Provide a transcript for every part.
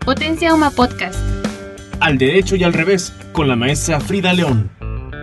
Potencia UMA Podcast. Al derecho y al revés, con la maestra Frida León.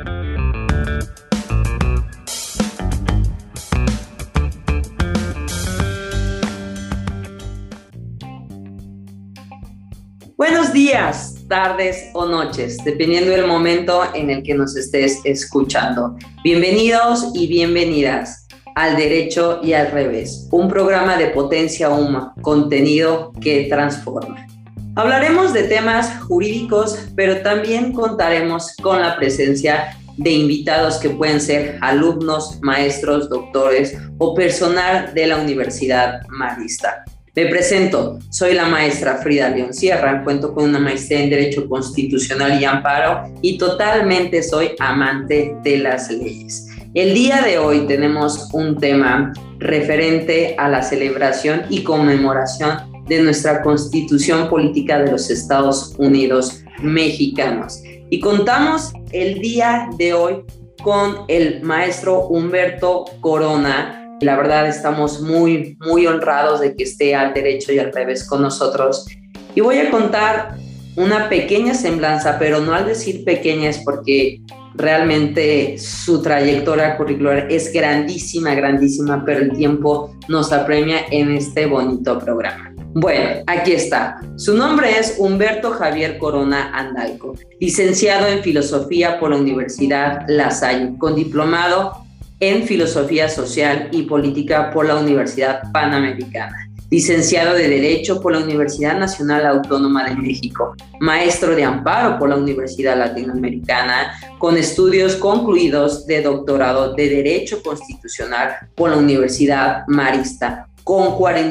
Buenos días, tardes o noches, dependiendo del momento en el que nos estés escuchando. Bienvenidos y bienvenidas al derecho y al revés, un programa de Potencia UMA, contenido que transforma. Hablaremos de temas jurídicos, pero también contaremos con la presencia de invitados que pueden ser alumnos, maestros, doctores o personal de la Universidad Marista. Me presento, soy la maestra Frida León Sierra, cuento con una maestría en Derecho Constitucional y Amparo y totalmente soy amante de las leyes. El día de hoy tenemos un tema referente a la celebración y conmemoración de nuestra Constitución Política de los Estados Unidos Mexicanos. Y contamos el día de hoy con el maestro Humberto Corona. La verdad estamos muy honrados de que esté al derecho y al revés con nosotros. Y voy a contar una pequeña semblanza, pero no al decir pequeña es porque realmente su trayectoria curricular es grandísima, pero el tiempo nos apremia en este bonito programa. Bueno, aquí está. Su nombre es Humberto Javier Corona Andalco, licenciado en Filosofía por la Universidad La Salle, con diplomado en Filosofía Social y Política por la Universidad Panamericana, licenciado de Derecho por la Universidad Nacional Autónoma de México, maestro de Amparo por la Universidad Latinoamericana, con estudios concluidos de doctorado de Derecho Constitucional por la Universidad Marista, con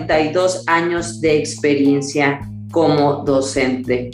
42 años de experiencia como docente.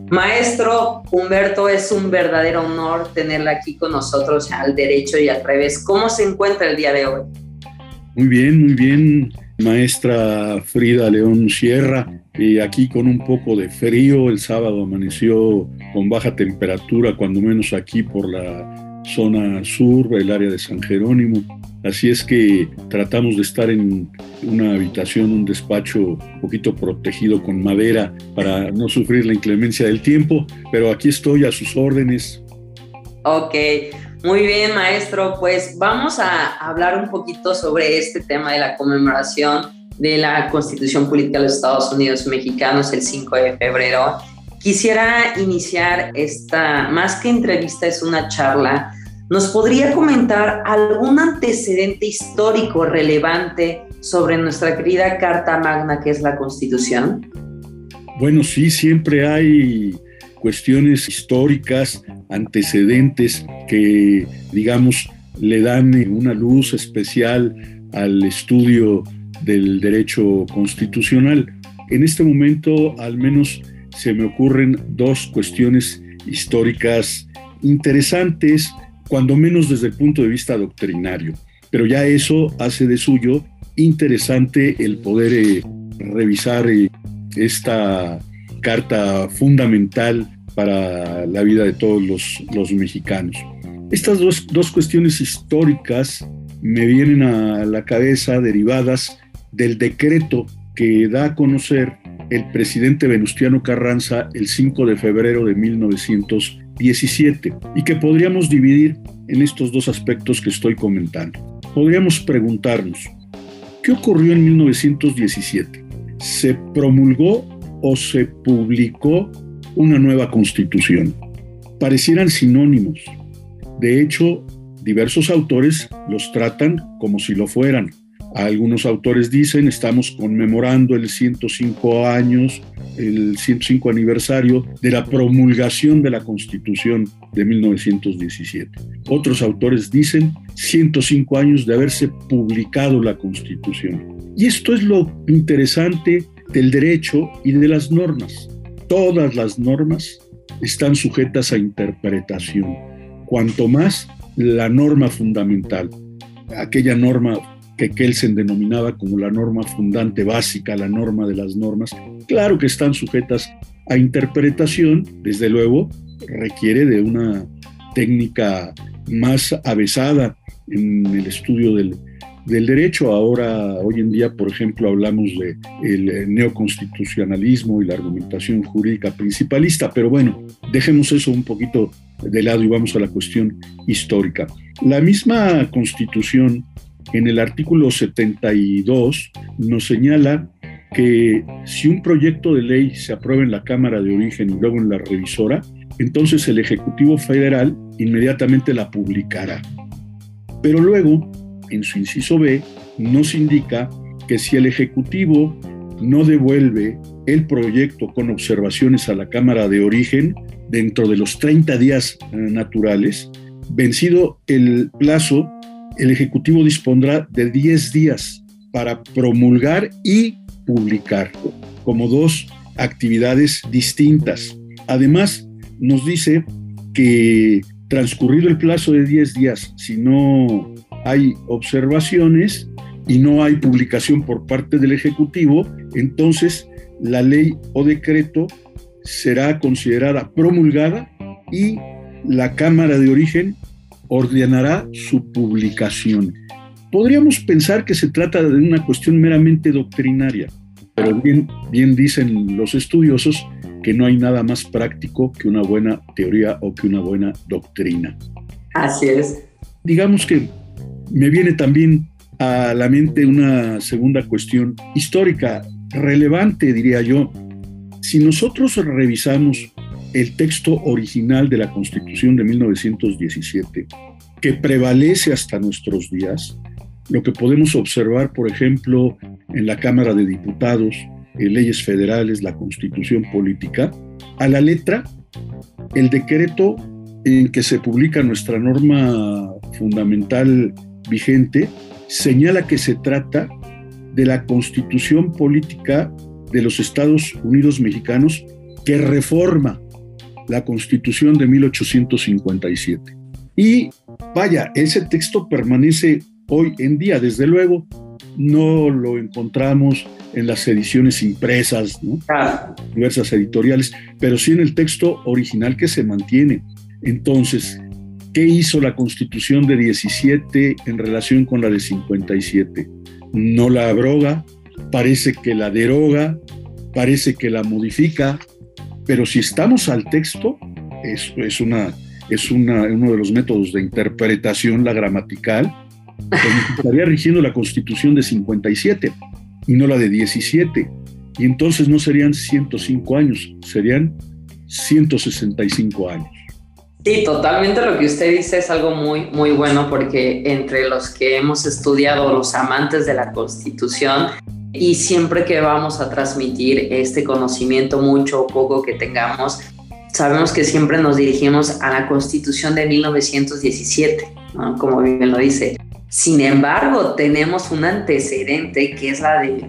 Maestro Humberto, es un verdadero honor tenerla aquí con nosotros al derecho y al revés. ¿Cómo se encuentra el día de hoy? Muy bien, maestra Frida León Sierra. Aquí con un poco de frío, el sábado amaneció con baja temperatura, cuando menos aquí por la zona sur, el área de San Jerónimo. Así es que tratamos de estar en una habitación, un despacho un poquito protegido con madera para no sufrir la inclemencia del tiempo, pero aquí estoy a sus órdenes. Ok, muy bien, maestro. Pues vamos a hablar un poquito sobre este tema de la conmemoración de la Constitución Política de los Estados Unidos Mexicanos el 5 de febrero. Quisiera iniciar esta, más que entrevista, es una charla. ¿Nos podría comentar algún antecedente histórico relevante sobre nuestra querida Carta Magna, que es la Constitución? Bueno, sí, siempre hay cuestiones históricas, antecedentes que, digamos, le dan una luz especial al estudio del derecho constitucional. En este momento, al menos, se me ocurren dos cuestiones históricas interesantes, cuando menos desde el punto de vista doctrinario, pero ya eso hace de suyo interesante el poder revisar esta carta fundamental para la vida de todos los mexicanos. Estas dos cuestiones históricas me vienen a la cabeza derivadas del decreto que da a conocer el presidente Venustiano Carranza el 5 de febrero de 1917 y que podríamos dividir en estos dos aspectos que estoy comentando. Podríamos preguntarnos, ¿qué ocurrió en 1917? ¿Se promulgó o se publicó una nueva constitución? Parecieran sinónimos. De hecho, diversos autores los tratan como si lo fueran. Algunos autores dicen, estamos conmemorando el 105 aniversario de la promulgación de la Constitución de 1917. Otros autores dicen 105 años de haberse publicado la Constitución. Y esto es lo interesante del derecho y de las normas. Todas las normas están sujetas a interpretación. Cuanto más la norma fundamental, aquella norma que Kelsen denominaba como la norma fundante básica, la norma de las normas, claro que están sujetas a interpretación, desde luego requiere de una técnica más avesada en el estudio del derecho. Hoy en día, por ejemplo, hablamos de el neoconstitucionalismo y la argumentación jurídica principalista, pero bueno, dejemos eso un poquito de lado y vamos a la cuestión histórica. La misma Constitución, en el artículo 72, nos señala que si un proyecto de ley se aprueba en la Cámara de Origen y luego en la revisora, entonces el Ejecutivo Federal inmediatamente la publicará. Pero luego, en su inciso B, nos indica que si el Ejecutivo no devuelve el proyecto con observaciones a la Cámara de Origen dentro de los 30 días naturales, vencido el plazo, el Ejecutivo dispondrá de 10 días para promulgar y publicar, como dos actividades distintas. Además, nos dice que transcurrido el plazo de 10 días, si no hay observaciones y no hay publicación por parte del Ejecutivo, entonces la ley o decreto será considerada promulgada y la Cámara de Origen ordenará su publicación. Podríamos pensar que se trata de una cuestión meramente doctrinaria, pero bien dicen los estudiosos que no hay nada más práctico que una buena teoría o que una buena doctrina. Así es. Digamos que me viene también a la mente una segunda cuestión histórica, relevante, diría yo. Si nosotros revisamos el texto original de la Constitución de 1917, que prevalece hasta nuestros días, lo que podemos observar, por ejemplo, en la Cámara de Diputados, leyes federales, la Constitución política, a la letra, el decreto en que se publica nuestra norma fundamental vigente señala que se trata de la Constitución política de los Estados Unidos mexicanos que reforma la Constitución de 1857. Y vaya, ese texto permanece hoy en día. Desde luego, no lo encontramos en las ediciones impresas, ¿no? Diversas editoriales, pero sí en el texto original que se mantiene. Entonces, ¿qué hizo la Constitución de 17 en relación con la de 57? No la abroga, parece que la deroga, parece que la modifica, pero si estamos al texto, es uno de los métodos de interpretación, la gramatical, que estaría rigiendo la Constitución de 57 y no la de 17. Y entonces no serían 105 años, serían 165 años. Sí, totalmente lo que usted dice es algo muy, muy bueno, porque entre los que hemos estudiado, los amantes de la Constitución, y siempre que vamos a transmitir este conocimiento, mucho o poco que tengamos, sabemos que siempre nos dirigimos a la Constitución de 1917, ¿no? Como bien lo dice. Sin embargo, tenemos un antecedente que es la de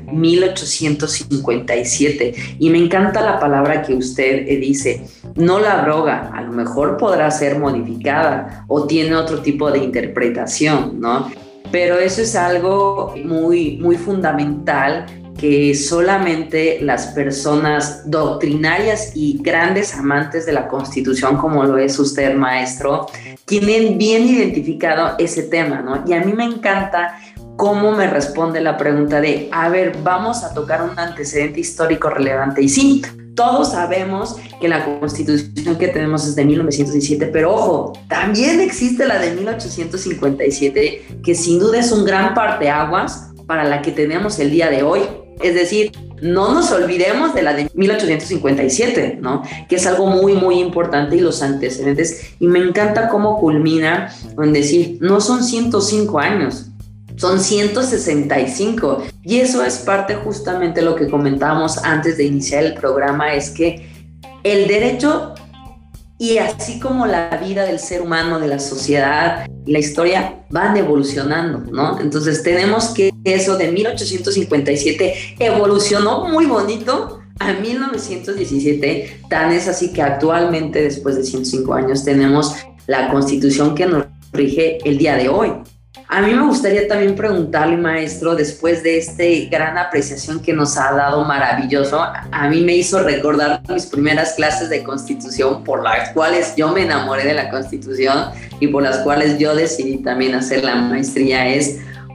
1857, y me encanta la palabra que usted dice, no la abroga, a lo mejor podrá ser modificada o tiene otro tipo de interpretación, ¿no? Pero eso es algo muy, muy fundamental que solamente las personas doctrinarias y grandes amantes de la Constitución, como lo es usted, maestro, tienen bien identificado ese tema, ¿no? Y a mí me encanta cómo me responde la pregunta de, a ver, vamos a tocar un antecedente histórico relevante. Y sí, todos sabemos que la Constitución que tenemos es de 1917, pero ojo, también existe la de 1857, que sin duda es un gran parteaguas para la que tenemos el día de hoy. Es decir, no nos olvidemos de la de 1857, ¿no? Que es algo muy, muy importante, y los antecedentes. Y me encanta cómo culmina en decir, no son 105 años, son 165. Y eso es parte justamente de lo que comentábamos antes de iniciar el programa, es que el derecho, y así como la vida del ser humano, de la sociedad, la historia, van evolucionando, ¿no? Entonces tenemos que eso de 1857 evolucionó muy bonito a 1917, tan es así que actualmente, después de 105 años, tenemos la Constitución que nos rige el día de hoy. A mí me gustaría también preguntarle, maestro, después de esta gran apreciación que nos ha dado maravilloso, a mí me hizo recordar mis primeras clases de Constitución, por las cuales yo me enamoré de la Constitución y por las cuales yo decidí también hacer la maestría, es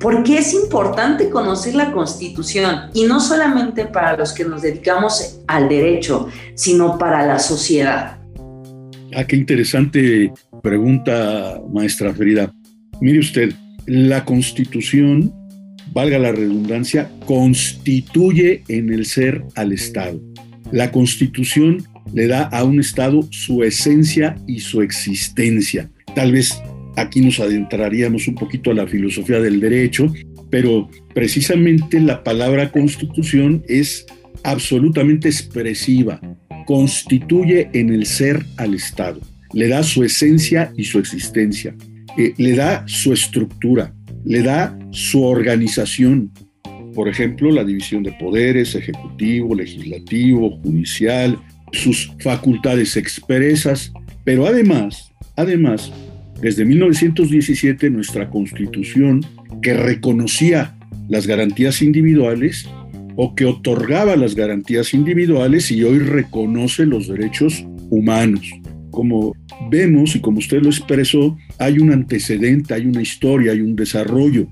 ¿Por qué es importante conocer la Constitución? Y no solamente para los que nos dedicamos al derecho, sino para la sociedad. Qué interesante pregunta, maestra Frida. Mire usted, la Constitución, valga la redundancia, constituye en el ser al Estado. La Constitución le da a un Estado su esencia y su existencia. Tal vez aquí nos adentraríamos un poquito a la filosofía del derecho, pero precisamente la palabra Constitución es absolutamente expresiva. Constituye en el ser al Estado. Le da su esencia y su existencia. Le da su estructura. Le da su organización. Por ejemplo, la división de poderes, ejecutivo, legislativo, judicial, sus facultades expresas, pero además, desde 1917 nuestra Constitución, que reconocía las garantías individuales o que otorgaba las garantías individuales y hoy reconoce los derechos humanos. Como vemos y como usted lo expresó, hay un antecedente, hay una historia, hay un desarrollo.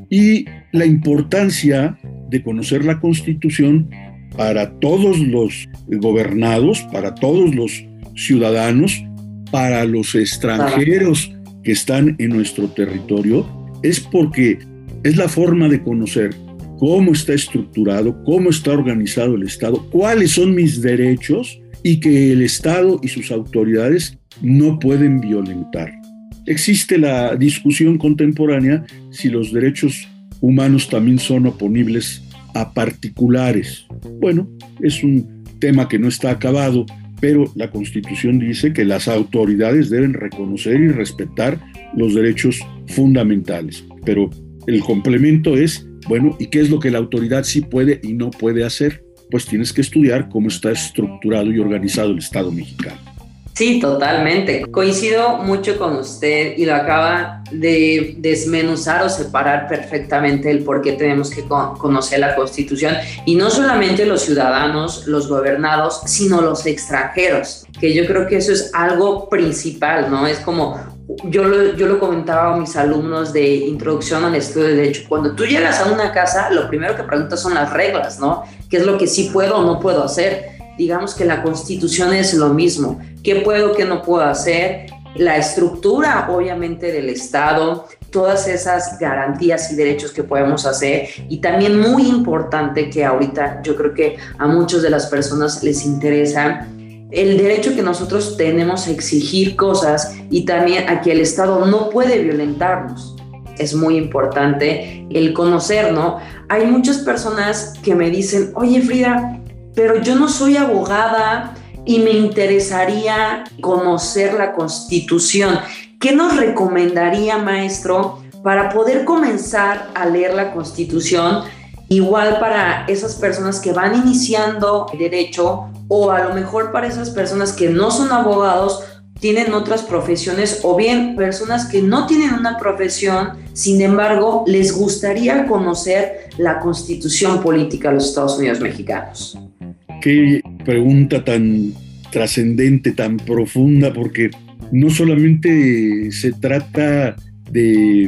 Y la importancia de conocer la Constitución para todos los gobernados, para todos los ciudadanos, para los extranjeros que están en nuestro territorio, es porque es la forma de conocer cómo está estructurado, cómo está organizado el Estado, cuáles son mis derechos y que el Estado y sus autoridades no pueden violentar. Existe la discusión contemporánea si los derechos humanos también son oponibles a particulares. Bueno, es un tema que no está acabado, pero la Constitución dice que las autoridades deben reconocer y respetar los derechos fundamentales. Pero el complemento es, bueno, ¿y qué es lo que la autoridad sí puede y no puede hacer? Pues tienes que estudiar cómo está estructurado y organizado el Estado mexicano. Sí, totalmente. Coincido mucho con usted y lo acaba de desmenuzar o separar perfectamente el por qué tenemos que conocer la Constitución. Y no solamente los ciudadanos, los gobernados, sino los extranjeros, que yo creo que eso es algo principal, ¿no? Es como, yo lo comentaba a mis alumnos de Introducción al Estudio de Derecho. Cuando tú llegas a una casa, lo primero que preguntas son las reglas, ¿no? ¿Qué es lo que sí puedo o no puedo hacer? Digamos que la Constitución es lo mismo. ¿Qué puedo, qué no puedo hacer? La estructura, obviamente, del Estado, todas esas garantías y derechos que podemos hacer. Y también muy importante que ahorita yo creo que a muchas de las personas les interesa el derecho que nosotros tenemos a exigir cosas y también a que el Estado no puede violentarnos. Es muy importante el conocer, ¿no? Hay muchas personas que me dicen, oye, Frida, pero yo no soy abogada y me interesaría conocer la Constitución. ¿Qué nos recomendaría, maestro, para poder comenzar a leer la Constitución? Igual para esas personas que van iniciando derecho o a lo mejor para esas personas que no son abogados, tienen otras profesiones o bien personas que no tienen una profesión, sin embargo, les gustaría conocer la Constitución política de los Estados Unidos mexicanos. Qué pregunta tan trascendente, tan profunda, porque no solamente se trata de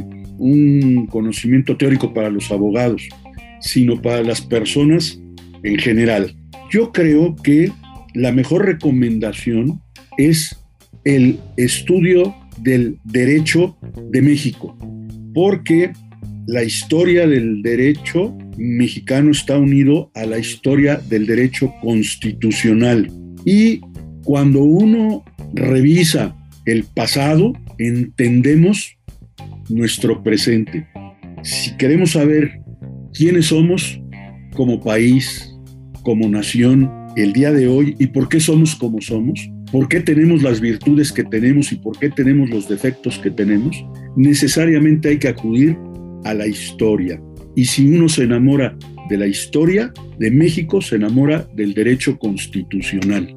un conocimiento teórico para los abogados, sino para las personas en general. Yo creo que la mejor recomendación es el estudio del derecho de México, porque la historia del derecho mexicano está unido a la historia del derecho constitucional. Y cuando uno revisa el pasado, entendemos nuestro presente. Si queremos saber quiénes somos como país, como nación, el día de hoy y por qué somos como somos, por qué tenemos las virtudes que tenemos y por qué tenemos los defectos que tenemos, necesariamente hay que acudir a la historia. Y si uno se enamora de la historia de México, se enamora del derecho constitucional.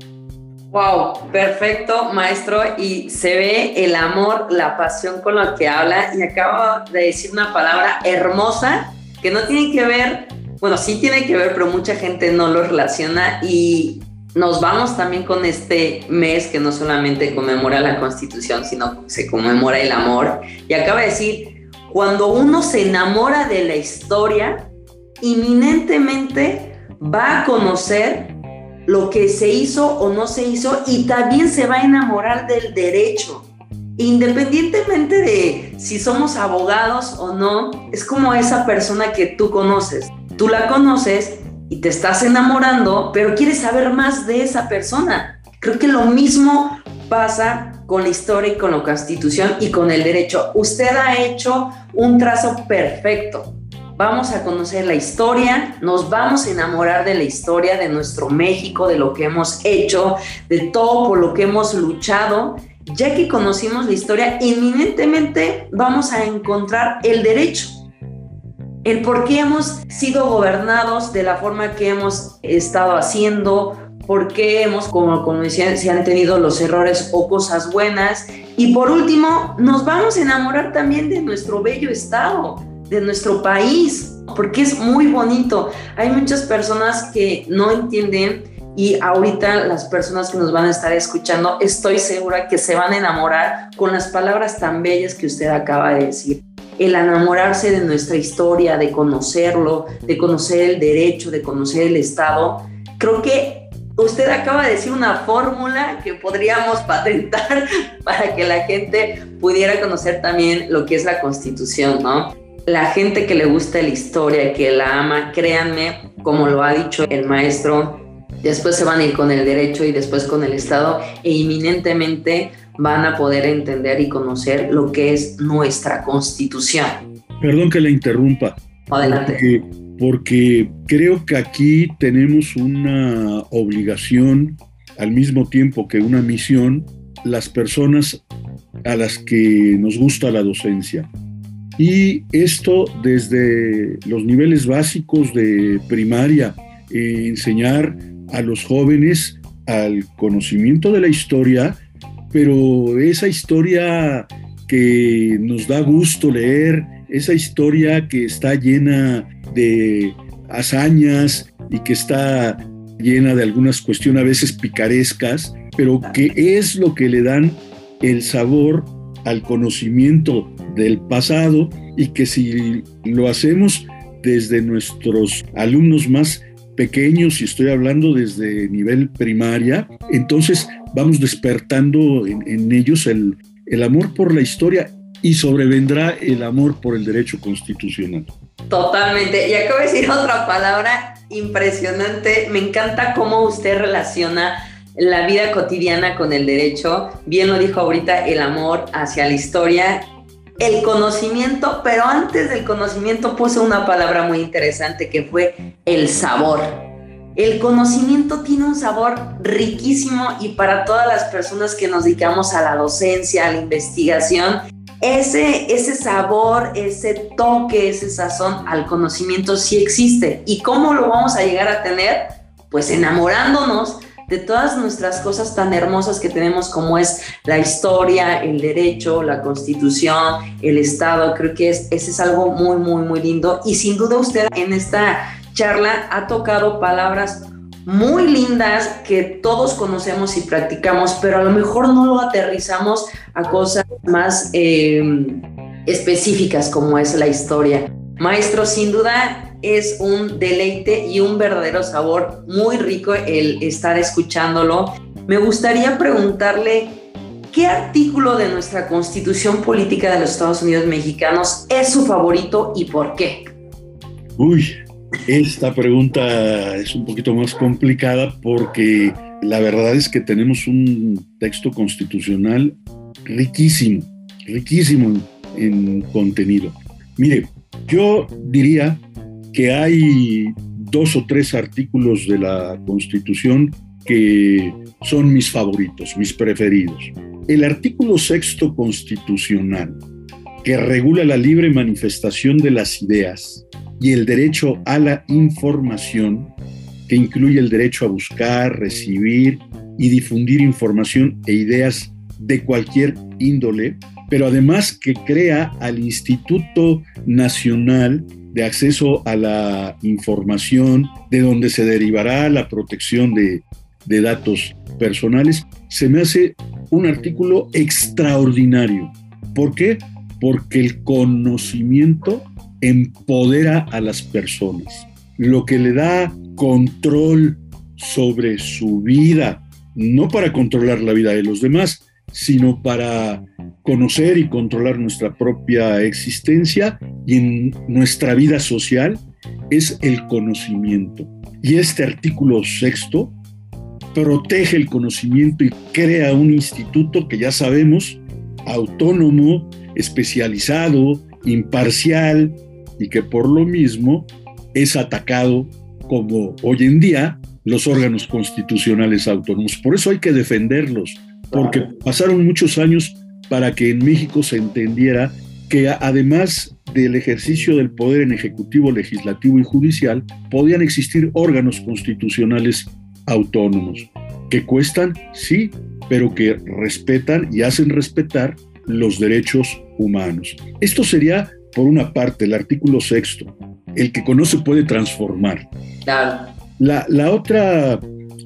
Wow, perfecto, maestro, y se ve el amor, la pasión con lo que habla, y acabo de decir una palabra hermosa que no tiene que ver, bueno, sí tiene que ver, pero mucha gente no lo relaciona, y nos vamos también con este mes que no solamente conmemora la Constitución, sino se conmemora el amor, y acaba de decir cuando uno se enamora de la historia, inminentemente va a conocer lo que se hizo o no se hizo y también se va a enamorar del derecho. Independientemente de si somos abogados o no, es como esa persona que tú conoces. Tú la conoces y te estás enamorando, pero quieres saber más de esa persona. Creo que lo mismo pasa con la historia y con la Constitución y con el derecho. Usted ha hecho un trazo perfecto. Vamos a conocer la historia, nos vamos a enamorar de la historia, de nuestro México, de lo que hemos hecho, de todo por lo que hemos luchado. Ya que conocimos la historia, inminentemente vamos a encontrar el derecho. El por qué hemos sido gobernados de la forma que hemos estado haciendo, por qué hemos, como decía, si han tenido los errores o cosas buenas. Y por último, nos vamos a enamorar también de nuestro bello estado, de nuestro país, porque es muy bonito. Hay muchas personas que no entienden y ahorita las personas que nos van a estar escuchando, estoy segura que se van a enamorar con las palabras tan bellas que usted acaba de decir. El enamorarse de nuestra historia, de conocerlo, de conocer el derecho, de conocer el Estado. Creo que usted acaba de decir una fórmula que podríamos patentar para que la gente pudiera conocer también lo que es la Constitución, ¿no? La gente que le gusta la historia, que la ama, créanme, como lo ha dicho el maestro, después se van a ir con el derecho y después con el Estado e inminentemente van a poder entender y conocer lo que es nuestra Constitución. Perdón que la interrumpa. Adelante. Porque creo que aquí tenemos una obligación, al mismo tiempo que una misión, las personas a las que nos gusta la docencia. Y esto desde los niveles básicos de primaria, enseñar a los jóvenes al conocimiento de la historia, pero esa historia que nos da gusto leer, esa historia que está llena de hazañas y que está llena de algunas cuestiones a veces picarescas, pero que es lo que le dan el sabor al conocimiento del pasado y que si lo hacemos desde nuestros alumnos más pequeños, y estoy hablando desde nivel primaria, entonces vamos despertando en ellos el amor por la historia y sobrevendrá el amor por el derecho constitucional. Totalmente. Y acabo de decir otra palabra impresionante. Me encanta cómo usted relaciona la vida cotidiana con el derecho. Bien lo dijo ahorita, el amor hacia la historia, el conocimiento, pero antes del conocimiento puse una palabra muy interesante que fue el sabor. El conocimiento tiene un sabor riquísimo y para todas las personas que nos dedicamos a la docencia, a la investigación, ese sabor, ese toque, ese sazón al conocimiento sí existe. ¿Y cómo lo vamos a llegar a tener? Pues enamorándonos de todas nuestras cosas tan hermosas que tenemos, como es la historia, el derecho, la Constitución, el Estado. Creo que ese es algo muy, muy, muy lindo. Y sin duda usted en esta charla ha tocado palabras muy lindas que todos conocemos y practicamos, pero a lo mejor no lo aterrizamos a cosas más específicas como es la historia. Maestro, sin duda es un deleite y un verdadero sabor muy rico el estar escuchándolo. Me gustaría preguntarle, ¿qué artículo de nuestra Constitución Política de los Estados Unidos Mexicanos es su favorito y por qué? Uy, esta pregunta es un poquito más complicada porque la verdad es que tenemos un texto constitucional riquísimo en contenido. Mire, yo diría que hay 2 o 3 artículos de la Constitución que son mis favoritos, mis preferidos. El artículo 6º constitucional, que regula la libre manifestación de las ideas y el derecho a la información, que incluye el derecho a buscar, recibir y difundir información e ideas de cualquier índole, pero además que crea al Instituto Nacional de Acceso a la Información, de donde se derivará la protección de datos personales, se me hace un artículo extraordinario. ¿Por qué? porque el conocimiento empodera a las personas. Lo que le da control sobre su vida, no para controlar la vida de los demás, sino para conocer y controlar nuestra propia existencia y en nuestra vida social, es el conocimiento. Y este artículo 6 protege el conocimiento y crea un instituto que ya sabemos, autónomo, especializado, imparcial, y que por lo mismo es atacado como hoy en día los órganos constitucionales autónomos. Por eso hay que defenderlos, porque pasaron muchos años para que en México se entendiera que además del ejercicio del poder en ejecutivo, legislativo y judicial, podían existir órganos constitucionales autónomos, que cuestan, sí, pero que respetan y hacen respetar los derechos humanos. Esto sería, por una parte, el artículo 6, el que conoce puede transformar. Claro. La otra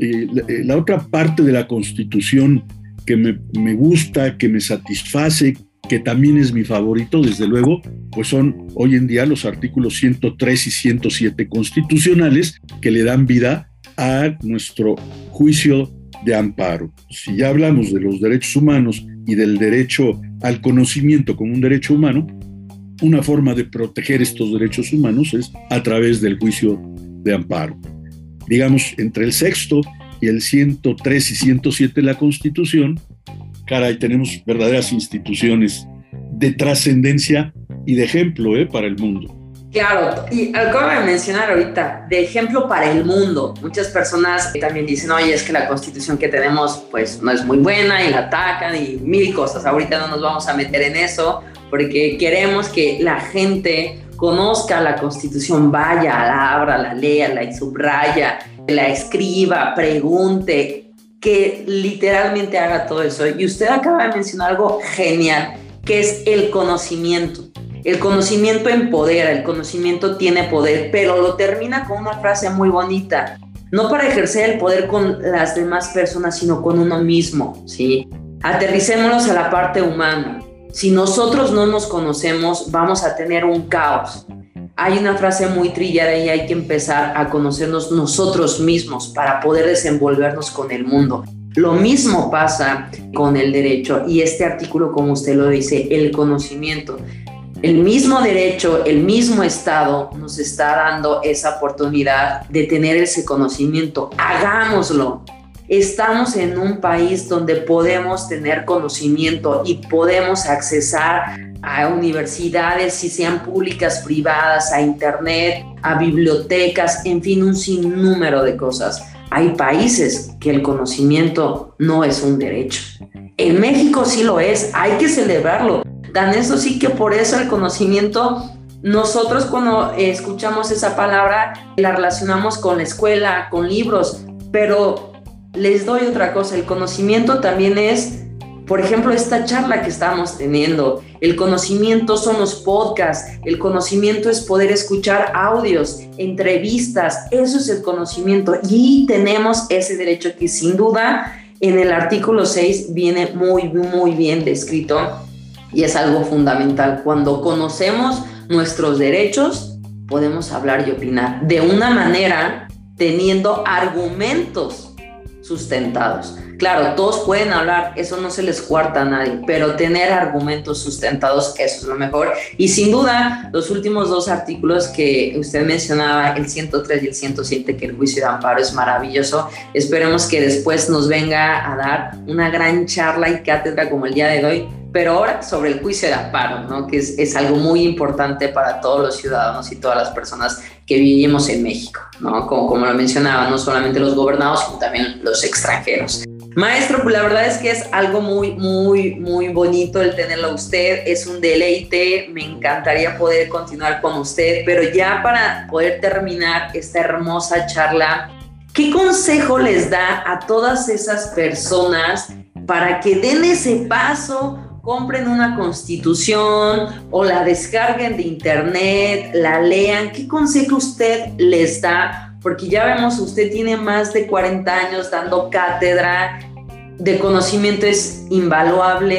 parte de la Constitución que me gusta, que me satisface, que también es mi favorito, desde luego, pues son hoy en día los artículos 103 y 107 constitucionales que le dan vida a nuestro juicio de amparo. Si ya hablamos de los derechos humanos y del derecho al conocimiento como un derecho humano, una forma de proteger estos derechos humanos es a través del juicio de amparo. Digamos, entre el 6 y el 103 y 107 de la Constitución, caray, tenemos verdaderas instituciones de trascendencia y de ejemplo para el mundo. Claro, y acabo de mencionar ahorita, de ejemplo para el mundo. Muchas personas también dicen, oye, es que la Constitución que tenemos pues no es muy buena y la atacan y mil cosas. Ahorita no nos vamos a meter en eso porque queremos que la gente conozca la Constitución, vaya, la abra, la lea, la subraya, la escriba, pregunte, que literalmente haga todo eso. Y usted acaba de mencionar algo genial, que es el conocimiento. El conocimiento empodera, el conocimiento tiene poder, pero lo termina con una frase muy bonita. No para ejercer el poder con las demás personas, sino con uno mismo, ¿sí? Aterricémonos a la parte humana. Si nosotros no nos conocemos, vamos a tener un caos. Hay una frase muy trillada y hay que empezar a conocernos nosotros mismos para poder desenvolvernos con el mundo. Lo mismo pasa con el derecho y este artículo, como usted lo dice, el conocimiento. El mismo derecho, el mismo Estado nos está dando esa oportunidad de tener ese conocimiento. Hagámoslo. Estamos en un país donde podemos tener conocimiento y podemos accesar a universidades, si sean públicas, privadas, a internet, a bibliotecas, en fin, un sinnúmero de cosas. Hay países que el conocimiento no es un derecho. En México sí lo es, hay que celebrarlo. Tan eso sí que por eso el conocimiento, nosotros cuando escuchamos esa palabra la relacionamos con la escuela, con libros, pero les doy otra cosa, el conocimiento también es, por ejemplo, esta charla que estamos teniendo, el conocimiento son los podcasts, el conocimiento es poder escuchar audios, entrevistas, eso es el conocimiento y tenemos ese derecho que sin duda en el artículo 6 viene muy, muy bien descrito. Y es algo fundamental. Cuando conocemos nuestros derechos, podemos hablar y opinar de una manera teniendo argumentos sustentados. Claro, todos pueden hablar, eso no se les cuarta a nadie, pero tener argumentos sustentados, eso es lo mejor. Y sin duda, los últimos dos artículos que usted mencionaba, el 103 y el 107, que el juicio de amparo es maravilloso. Esperemos que después nos venga a dar una gran charla y cátedra como el día de hoy, pero ahora sobre el juicio de amparo, ¿no? Que es algo muy importante para todos los ciudadanos y todas las personas que vivimos en México, ¿no? Como lo mencionaba, no solamente los gobernados, sino también los extranjeros. Maestro, pues la verdad es que es algo muy, muy, muy bonito el tenerlo a usted, es un deleite, me encantaría poder continuar con usted, pero ya para poder terminar esta hermosa charla, ¿qué consejo les da a todas esas personas para que den ese paso, compren una constitución o la descarguen de internet, la lean? ¿Qué consejo usted les da? Porque ya vemos, usted tiene más de 40 años dando cátedra, de conocimiento es invaluable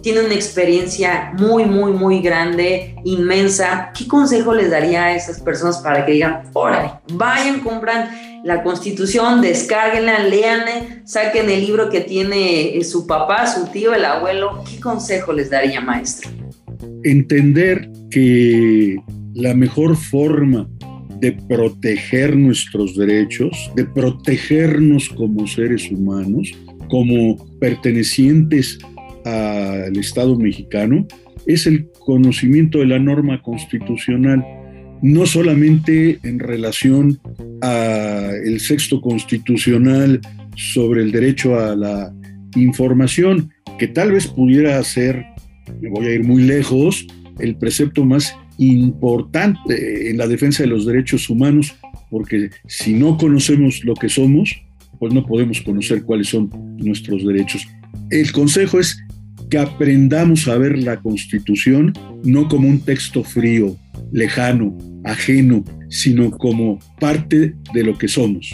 tiene una experiencia muy, muy, muy grande, inmensa. ¿Qué consejo les daría a esas personas para que digan, órale, vayan, compran la Constitución, descárguenla, léanla, saquen el libro que tiene su papá, su tío, el abuelo? ¿Qué consejo les daría, maestro? Entender que la mejor forma de proteger nuestros derechos, de protegernos como seres humanos, como pertenecientes al Estado mexicano, es el conocimiento de la norma constitucional, no solamente en relación al sexto constitucional sobre el derecho a la información, que tal vez pudiera ser, me voy a ir muy lejos, el precepto más importante en la defensa de los derechos humanos, porque si no conocemos lo que somos, pues no podemos conocer cuáles son nuestros derechos. El consejo es que aprendamos a ver la Constitución no como un texto frío, lejano, ajeno, sino como parte de lo que somos.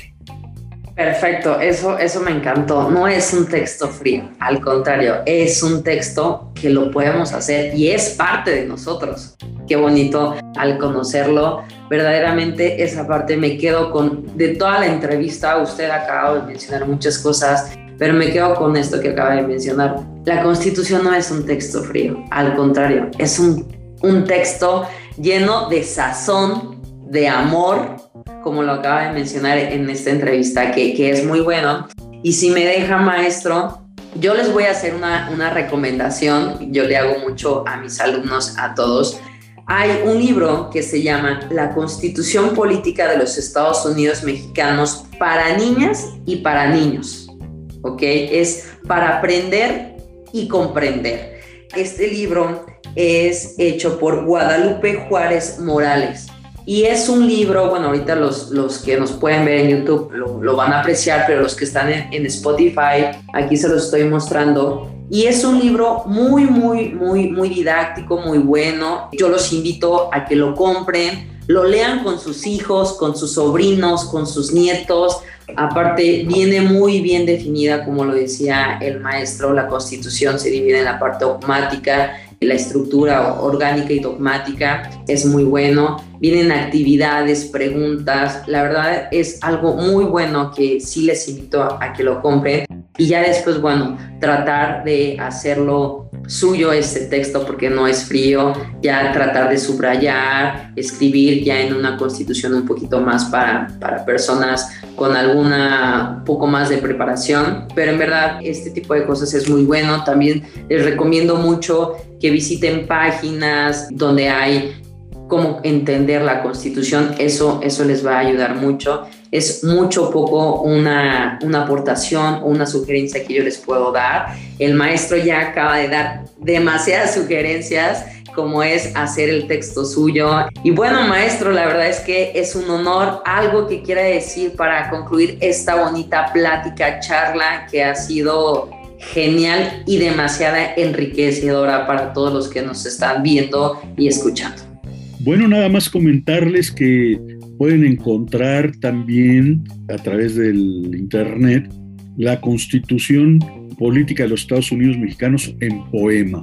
Perfecto, eso me encantó. No es un texto frío, al contrario, es un texto que lo podemos hacer y es parte de nosotros. Qué bonito al conocerlo. Verdaderamente esa parte me quedo con, de toda la entrevista, usted acaba de mencionar muchas cosas, pero me quedo con esto que acaba de mencionar. La Constitución no es un texto frío, al contrario, es un texto lleno de sazón, de amor, como lo acaba de mencionar en esta entrevista, que es muy bueno. Y si me deja, maestro, yo les voy a hacer una recomendación. Yo le hago mucho a mis alumnos, a todos. Hay un libro que se llama La Constitución Política de los Estados Unidos Mexicanos para niñas y para niños. ¿Ok? Es para aprender y comprender. Este libro es hecho por Guadalupe Juárez Morales. Y es un libro, bueno, ahorita los que nos pueden ver en YouTube lo van a apreciar, pero los que están en Spotify, aquí se los estoy mostrando. Y es un libro muy, muy, muy, muy didáctico, muy bueno. Yo los invito a que lo compren, lo lean con sus hijos, con sus sobrinos, con sus nietos. Aparte, viene muy bien definida, como lo decía el maestro, la Constitución se divide en la parte dogmática, la estructura orgánica y dogmática, es muy bueno. Vienen actividades, preguntas, la verdad es algo muy bueno que sí les invito a que lo compren. Y ya después, bueno, tratar de hacerlo suyo este texto porque no es frío, ya tratar de subrayar, escribir ya en una constitución un poquito más para personas con alguna poco más de preparación, pero en verdad este tipo de cosas es muy bueno. También les recomiendo mucho que visiten páginas donde hay cómo entender la Constitución, eso les va a ayudar mucho. Es mucho poco una aportación o una sugerencia que yo les puedo dar. El maestro ya acaba de dar demasiadas sugerencias, como es hacer el texto suyo. Y bueno, maestro, la verdad es que es un honor. Algo que quiera decir para concluir esta bonita plática, charla, que ha sido genial y demasiada enriquecedora para todos los que nos están viendo y escuchando. Bueno, nada más comentarles que pueden encontrar también a través del internet la Constitución Política de los Estados Unidos Mexicanos en poema.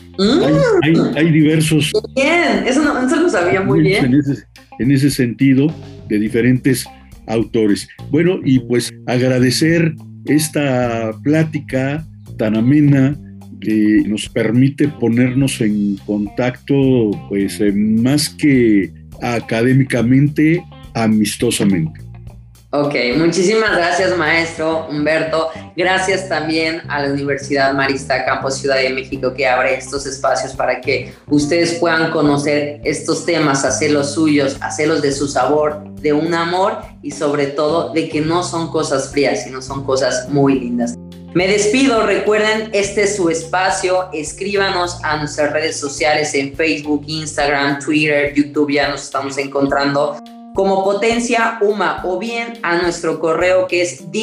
Hay diversos... Bien, eso lo sabía muy bien. En ese sentido, de diferentes autores. Bueno, y pues agradecer esta plática tan amena que nos permite ponernos en contacto, pues más que académicamente, amistosamente. Ok, muchísimas gracias, maestro Humberto. Gracias también a la Universidad Marista Campus Ciudad de México, que abre estos espacios para que ustedes puedan conocer estos temas, hacerlos suyos, hacerlos de su sabor, de un amor y sobre todo de que no son cosas frías, sino son cosas muy lindas. Me despido, recuerden, este es su espacio, escríbanos a nuestras redes sociales en Facebook, Instagram, Twitter, YouTube, ya nos estamos encontrando como Potencia UMA, o bien a nuestro correo que es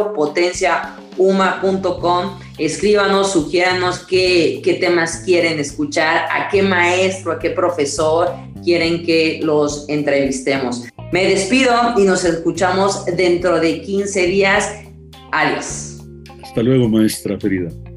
dígalopotenciauma.com. Escríbanos, sugiéranos qué temas quieren escuchar, a qué maestro, a qué profesor quieren que los entrevistemos. Me despido y nos escuchamos dentro de 15 días. Adiós. Hasta luego, maestra Frida.